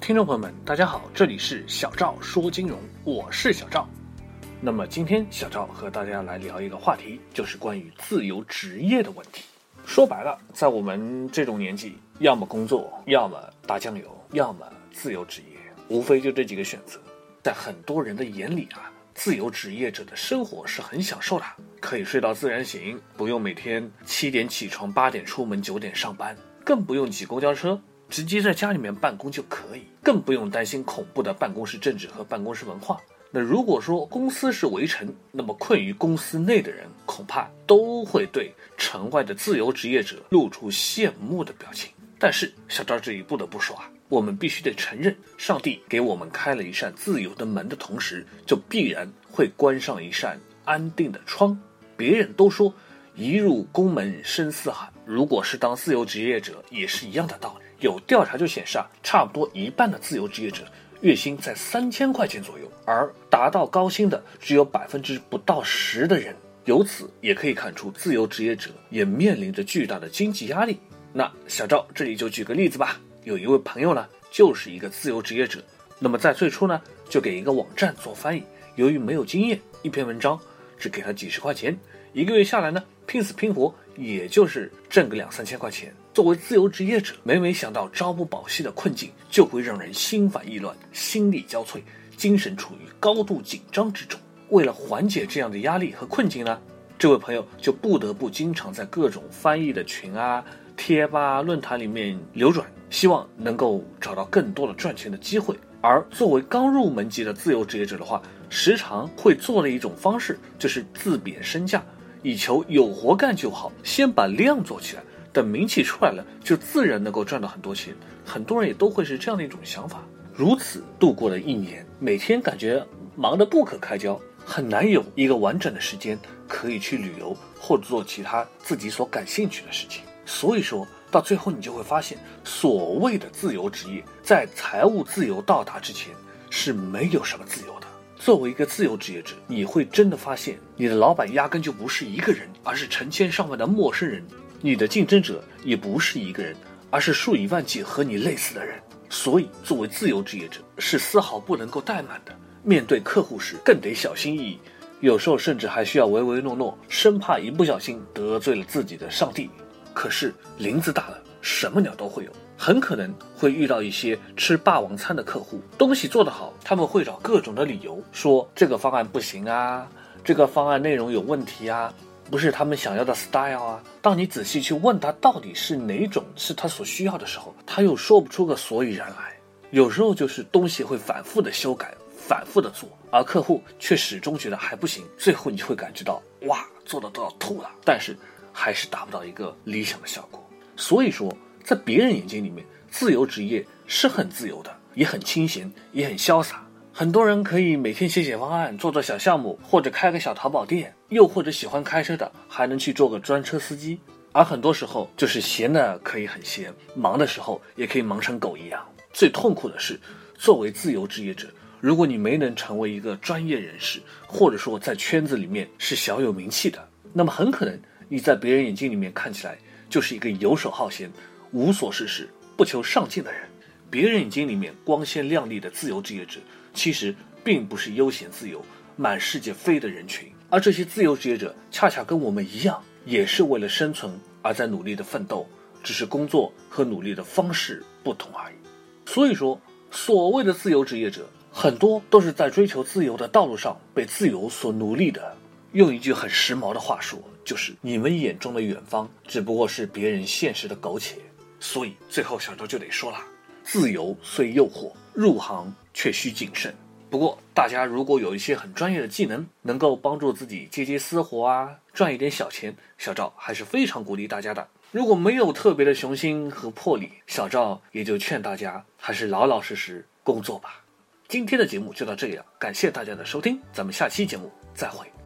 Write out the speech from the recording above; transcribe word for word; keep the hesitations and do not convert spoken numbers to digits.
听众朋友们，大家好，这里是小赵说金融，我是小赵。那么今天小赵和大家来聊一个话题，就是关于自由职业的问题。说白了，在我们这种年纪，要么工作，要么打酱油，要么自由职业，无非就这几个选择。在很多人的眼里啊，自由职业者的生活是很享受的，可以睡到自然醒，不用每天七点起床，八点出门，九点上班，更不用挤公交车，直接在家里面办公就可以，更不用担心恐怖的办公室政治和办公室文化。那如果说公司是围城，那么困于公司内的人恐怕都会对城外的自由职业者露出羡慕的表情。但是小赵这里不得不说啊，我们必须得承认，上帝给我们开了一扇自由的门的同时，就必然会关上一扇安定的窗。别人都说一入宫门深似海，如果是当自由职业者也是一样的道理。有调查就显示啊，差不多一半的自由职业者月薪在三千块钱左右，而达到高薪的只有百分之不到十的人。由此也可以看出，自由职业者也面临着巨大的经济压力。那小赵这里就举个例子吧，有一位朋友呢，就是一个自由职业者，那么在最初呢，就给一个网站做翻译，由于没有经验，一篇文章只给他几十块钱，一个月下来呢，拼死拼活也就是挣个两三千块钱。作为自由职业者，每每想到朝不保夕的困境，就会让人心烦意乱，心力交瘁，精神处于高度紧张之中。为了缓解这样的压力和困境呢，这位朋友就不得不经常在各种翻译的群啊、贴吧、论坛里面流转，希望能够找到更多的赚钱的机会。而作为刚入门级的自由职业者的话，时常会做的一种方式就是自贬身价，以求有活干就好，先把量做起来，等名气出来了，就自然能够赚到很多钱。很多人也都会是这样的一种想法。如此度过了一年，每天感觉忙得不可开交，很难有一个完整的时间可以去旅游或者做其他自己所感兴趣的事情。所以说到最后，你就会发现，所谓的自由职业在财务自由到达之前是没有什么自由的。作为一个自由职业者，你会真的发现，你的老板压根就不是一个人，而是成千上万的陌生人；你的竞争者也不是一个人，而是数以万计和你类似的人。所以作为自由职业者是丝毫不能够怠慢的，面对客户时更得小心翼翼，有时候甚至还需要唯唯诺诺，生怕一不小心得罪了自己的上帝。可是林子大了，什么鸟都会有，很可能会遇到一些吃霸王餐的客户，东西做得好，他们会找各种的理由说这个方案不行啊，这个方案内容有问题啊，不是他们想要的 style 啊。当你仔细去问他到底是哪种是他所需要的时候，他又说不出个所以然来。有时候就是东西会反复的修改，反复的做，而客户却始终觉得还不行，最后你就会感觉到哇，做的都要吐了，但是还是达不到一个理想的效果。所以说在别人眼睛里面，自由职业是很自由的，也很清闲，也很潇洒。很多人可以每天写写方案，做做小项目，或者开个小淘宝店，又或者喜欢开车的还能去做个专车司机。而很多时候就是闲的可以很闲，忙的时候也可以忙成狗一样。最痛苦的是，作为自由职业者，如果你没能成为一个专业人士，或者说在圈子里面是小有名气的，那么很可能你在别人眼睛里面看起来就是一个游手好闲、无所事事、不求上进的人。别人眼睛里面光鲜亮丽的自由职业者，其实并不是悠闲自由、满世界飞的人群。而这些自由职业者恰恰跟我们一样，也是为了生存而在努力的奋斗，只是工作和努力的方式不同而已。所以说，所谓的自由职业者，很多都是在追求自由的道路上被自由所奴隶的。用一句很时髦的话说，就是你们眼中的远方只不过是别人现实的苟且。所以最后小周就得说了，自由虽诱惑，入行却需谨慎。不过大家如果有一些很专业的技能，能够帮助自己接接私活啊，赚一点小钱，小赵还是非常鼓励大家的。如果没有特别的雄心和魄力，小赵也就劝大家还是老老实实工作吧。今天的节目就到这里了，感谢大家的收听，咱们下期节目再会。